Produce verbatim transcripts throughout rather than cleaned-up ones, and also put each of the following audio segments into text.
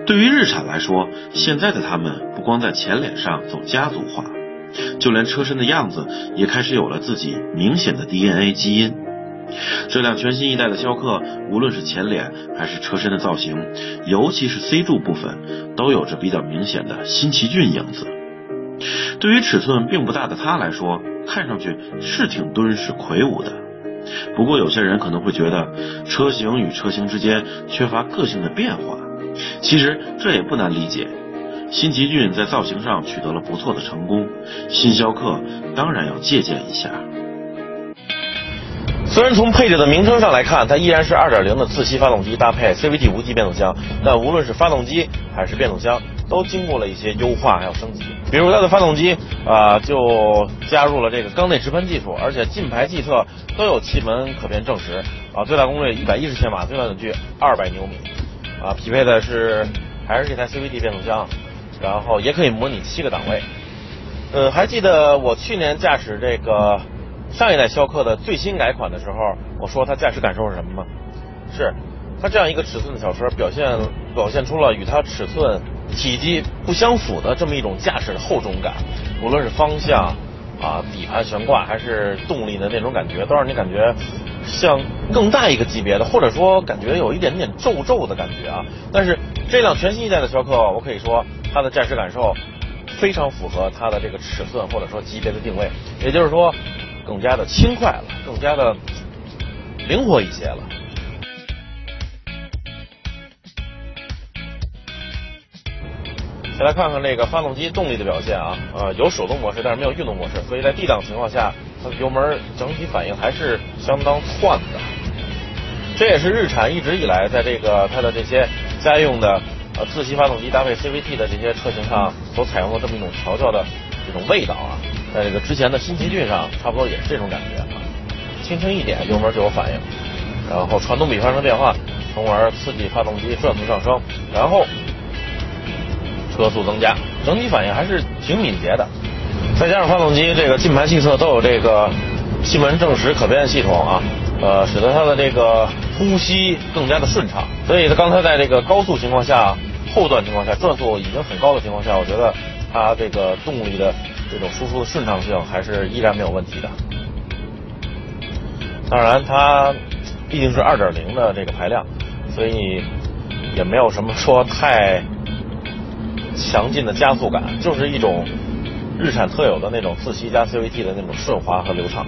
对于日产来说，现在的他们不光在前脸上走家族化，就连车身的样子也开始有了自己明显的 D N A 基因。这辆全新一代的逍客，无论是前脸还是车身的造型，尤其是 C 柱部分，都有着比较明显的新奇骏影子。对于尺寸并不大的它来说，看上去是挺敦实魁梧的。不过有些人可能会觉得车型与车型之间缺乏个性的变化，其实这也不难理解。新奇骏在造型上取得了不错的成功，新逍客当然要借鉴一下。 虽然从配置的名称上来看，它依然是 二点零 的自吸发动机搭配 C V T 无级变速箱，但无论是发动机还是变速箱都经过了一些优化还有升级。比如它的发动机啊、呃，就加入了这个缸内直喷技术，而且进排气侧都有气门可变正时啊，最大功率一百一十千瓦，最大扭矩二百牛米啊，匹配的是还是这台 C V T 变速箱，然后也可以模拟七个档位。呃，还记得我去年驾驶这个上一代逍客的最新改款的时候，我说它驾驶感受是什么吗？是它这样一个尺寸的小车表现表现出了与它尺寸体积不相符的这么一种驾驶的厚重感，无论是方向啊、底盘悬挂还是动力的那种感觉，都让你感觉像更大一个级别的，或者说感觉有一点点皱皱的感觉啊。但是这辆全新一代的逍客，我可以说它的驾驶感受非常符合它的这个尺寸或者说级别的定位，也就是说更加的轻快了，更加的灵活一些了。再来看看这个发动机动力的表现啊，呃，有手动模式，但是没有运动模式，所以在 D 档情况下，它的油门整体反应还是相当窜的。这也是日产一直以来在这个它的这些家用的呃自吸发动机搭配 C V T 的这些车型上所采用的这么一种调教的这种味道啊。在这个之前的新奇骏上差不多也是这种感觉啊，轻轻一点油门就有反应，然后传动比发生变化，从而刺激发动机转速上升，然后车速增加，整体反应还是挺敏捷的。再加上发动机这个进排气侧都有这个气门正时可变系统啊，呃，使得它的这个呼吸更加的顺畅。所以它刚才在这个高速情况下、后段情况下、转速已经很高的情况下，我觉得它这个动力的这种输出的顺畅性还是依然没有问题的。当然它毕竟是 二点零 的这个排量，所以也没有什么说太强劲的加速感，就是一种日产特有的那种自吸加 C V T 的那种顺滑和流畅。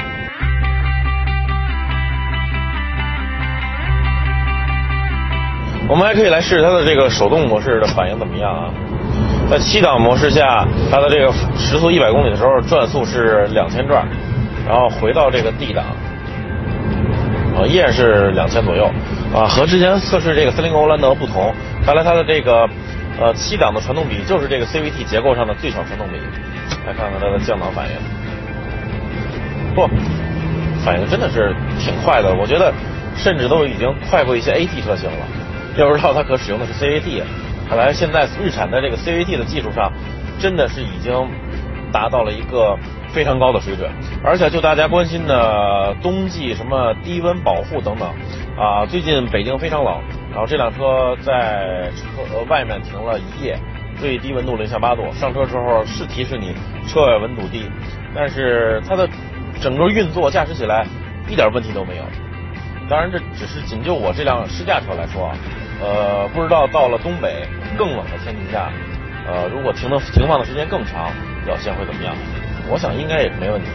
我们还可以来试试它的这个手动模式的反应怎么样啊。在七档模式下，它的这个时速一百公里的时候，转速是两千转，然后回到这个 D 档，啊，依然是两千左右啊。和之前测试这个森林欧蓝德不同，看来它的这个呃七档的传动比就是这个 C V T 结构上的最小传动比。来看看它的降档反应，不，反应真的是挺快的，我觉得甚至都已经快过一些 A T 车型了。要不知道它可使用的是 C V T。看来现在日产的这个 C V T 的技术上真的是已经达到了一个非常高的水准，而且就大家关心的冬季什么低温保护等等啊，最近北京非常冷，然后这辆车在车、呃、外面停了一夜，最低温度零下八度，上车之后是提示你车外温度低，但是它的整个运作驾驶起来一点问题都没有。当然这只是仅就我这辆试驾车来说啊，呃，不知道到了东北更冷的天气下，呃，如果停的停放的时间更长，表现会怎么样？我想应该也是没问题。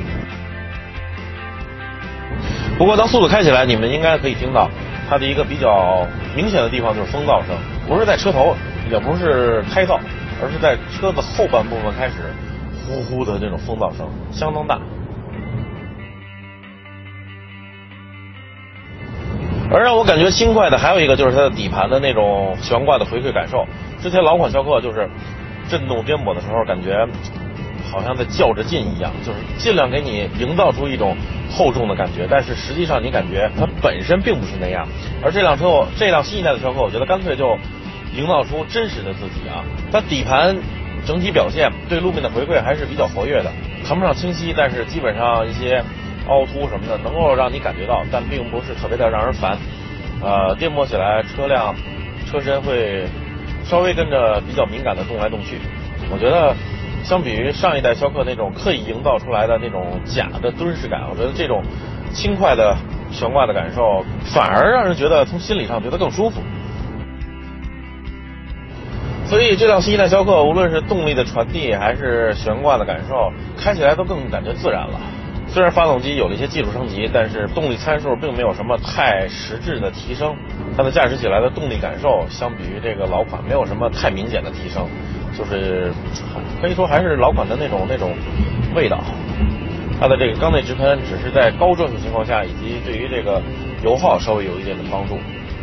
不过当速度开起来，你们应该可以听到它的一个比较明显的地方就是风噪声，不是在车头，也不是胎噪，而是在车子后半部分开始呼呼的这种风噪声，相当大。而让我感觉轻快的还有一个就是它的底盘的那种悬挂的回馈感受。之前老款逍客就是震动颠簸的时候，感觉好像在较着劲一样，就是尽量给你营造出一种厚重的感觉，但是实际上你感觉它本身并不是那样。而这辆车，这辆新一代的逍客，我觉得干脆就营造出真实的自己啊。它底盘整体表现对路面的回馈还是比较活跃的，谈不上清晰，但是基本上一些凹凸什么的能够让你感觉到，但并不是特别的让人烦。呃，颠簸起来车辆车身会稍微跟着比较敏感的动来动去。我觉得相比于上一代逍客那种刻意营造出来的那种假的敦实感，我觉得这种轻快的悬挂的感受反而让人觉得从心理上觉得更舒服。所以这辆新一代逍客无论是动力的传递还是悬挂的感受，开起来都更感觉自然了。虽然发动机有了一些技术升级，但是动力参数并没有什么太实质的提升，它的驾驶起来的动力感受相比于这个老款没有什么太明显的提升，就是可以说还是老款的那种那种味道。它的这个缸内直喷只是在高转速情况下以及对于这个油耗稍微有一点的帮助。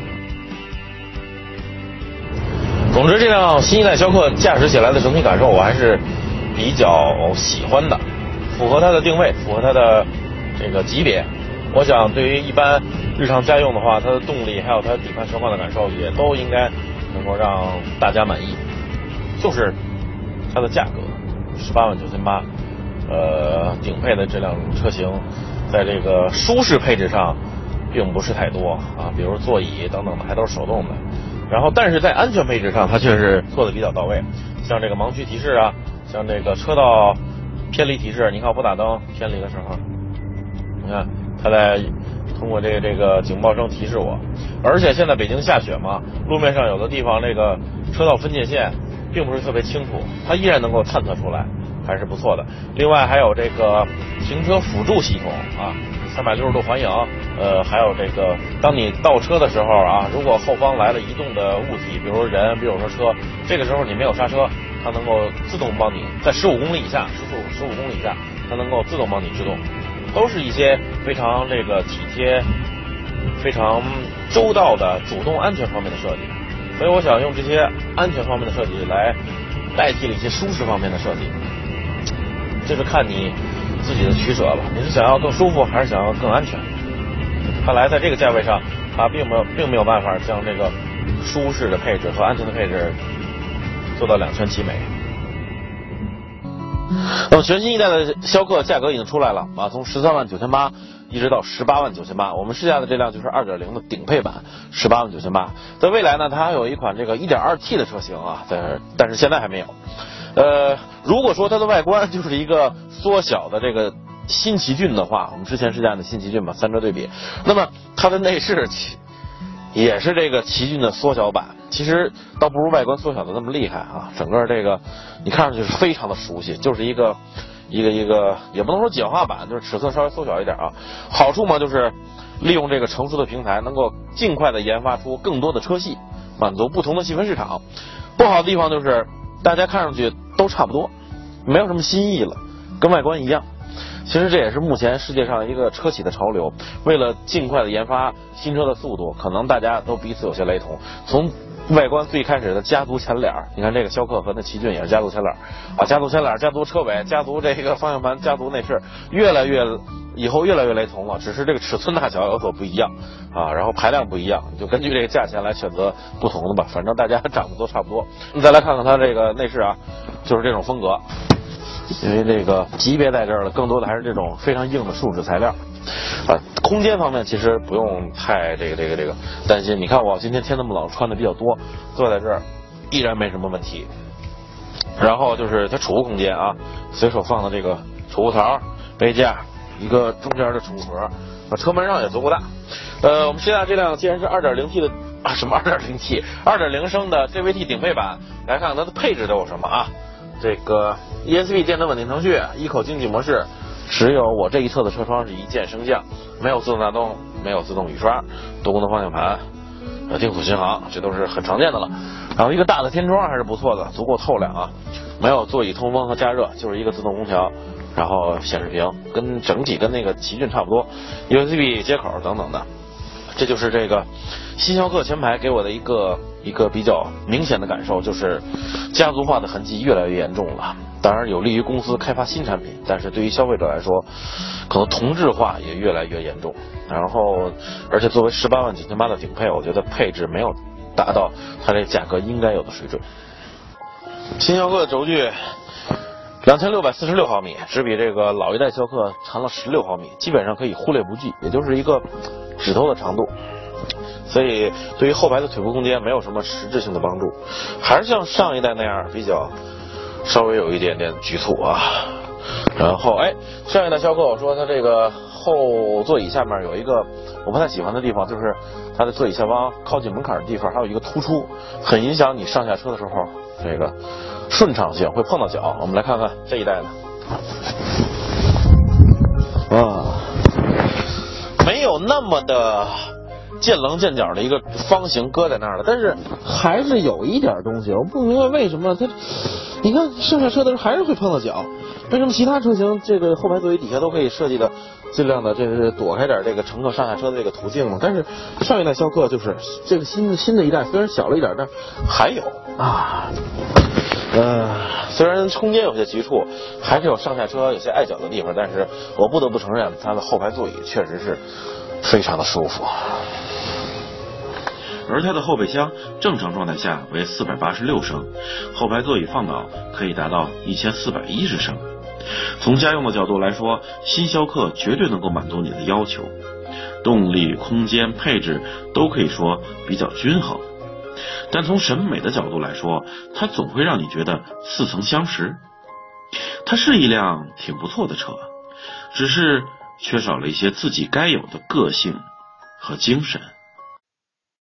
总之这辆新一代逍客驾驶起来的整体感受我还是比较喜欢的，符合它的定位，符合它的这个级别。我想对于一般日常家用的话，它的动力还有它底盘悬挂的感受也都应该能够让大家满意。就是它的价格十八万九千八，呃，顶配的这辆车型在这个舒适配置上并不是太多啊，比如座椅等等的还都是手动的。然后但是在安全配置上它却是做的比较到位，像这个盲区提示啊，像这个车道偏离提示，你看我不打灯偏离的时候，你看它在通过这个这个警报声提示我。而且现在北京下雪嘛，路面上有的地方这个车道分界线并不是特别清楚，它依然能够探测出来，还是不错的。另外还有这个停车辅助系统啊，三百六十度环影，呃，还有这个当你倒车的时候啊，如果后方来了移动的物体，比如人，比如说车，这个时候你没有刹车，它能够自动帮你在十五公里以下，时速十五公里以下，它能够自动帮你制动，都是一些非常这个体贴、非常周到的主动安全方面的设计。所以我想用这些安全方面的设计来代替了一些舒适方面的设计，这是看你自己的取舍吧。你是想要更舒服，还是想要更安全？看来在这个价位上，它并没有并没有办法将这个舒适的配置和安全的配置做到两全其美。那么全新一代的逍客价格已经出来了啊，从十三万九千八一直到十八万九千八，我们试驾的这辆就是二点零的顶配版，十八万九千八。在未来呢，它还有一款这个 一点二 T 的车型啊，在但是现在还没有。呃，如果说它的外观就是一个缩小的这个新奇骏的话，我们之前试驾的新奇骏嘛，三者对比，那么它的内饰也是这个奇骏的缩小版，其实倒不如外观缩小的那么厉害啊。整个这个你看上去是非常的熟悉，就是一个一个一个也不能说简化版，就是尺寸稍微缩小一点啊。好处嘛就是利用这个成熟的平台，能够尽快的研发出更多的车系，满足不同的细分市场。不好的地方就是大家看上去都差不多，没有什么新意了，跟外观一样。其实这也是目前世界上一个车企的潮流，为了尽快的研发新车的速度，可能大家都彼此有些雷同。从外观最开始的家族前脸，你看这个逍客和那奇骏也是家族前脸啊，家族前脸、家族车尾、家族这个方向盘、家族内饰，越来越以后越来越雷同了，只是这个尺寸大小有所不一样啊，然后排量不一样，你就根据这个价钱来选择不同的吧，反正大家长得都差不多。你再来看看它这个内饰啊，就是这种风格。因为这个级别在这儿了，更多的还是这种非常硬的树脂材料啊。空间方面其实不用太这个这个这个担心。你看我今天天那么冷，穿的比较多，坐在这儿依然没什么问题。然后就是它储物空间啊，随手放的这个储物槽、杯架，一个中间的储物盒，啊，车门上也足够大。呃，我们试驾这辆既然是 二点零 T 的啊，什么 二点零 T 二点零 升的 G V T 顶配版，来看看它的配置都有什么啊？这个 E S P 电子稳定程序，一口经济模式，只有我这一侧的车窗是一键升降，没有自动大灯，没有自动雨刷，多功能方向盘，呃，定速巡航，这都是很常见的了。然后一个大的天窗还是不错的，足够透亮啊，没有座椅通风和加热，就是一个自动空调，然后显示屏跟整体跟那个奇骏差不多 ，U S B 接口等等的。这就是这个新逍客前排给我的一个一个比较明显的感受，就是家族化的痕迹越来越严重了。当然有利于公司开发新产品，但是对于消费者来说，可能同质化也越来越严重。然后而且作为十八万九千八的顶配，我觉得配置没有达到它这价格应该有的水准。新逍客的轴距两千六百四十六毫米，只比这个老一代逍客长了十六毫米，基本上可以忽略不计，也就是一个指头的长度。 所以对于后排的腿部空间没有什么实质性的帮助，还是像上一代那样比较稍微有一点点局促啊。然后哎，上一代逍客我说它这个后座椅下面有一个我不太喜欢的地方，就是它的座椅下方靠近门槛的地方还有一个突出，很影响你上下车的时候这个顺畅性，会碰到脚。我们来看看这一代的啊，没有那么的见棱见角的一个方形搁在那儿了，但是还是有一点东西，我不明白为什么它，你看上下车的时候还是会碰到脚，为什么其他车型这个后排座椅底下都可以设计的尽量的这是躲开点这个乘客上下车的这个途径呢？但是上一代逍客就是这个新新的一代虽然小了一点，但还有啊，呃，虽然空间有些局促，还是有上下车有些碍脚的地方，但是我不得不承认它的后排座椅确实是非常的舒服。 而它的后备箱正常状态下为四百八十六升，后排座椅放倒可以达到一千四百一十升。从家用的角度来说，新逍客绝对能够满足你的要求，动力、空间、配置都可以说比较均衡。但从审美的角度来说，它总会让你觉得似曾相识。它是一辆挺不错的车，只是缺少了一些自己该有的个性和精神。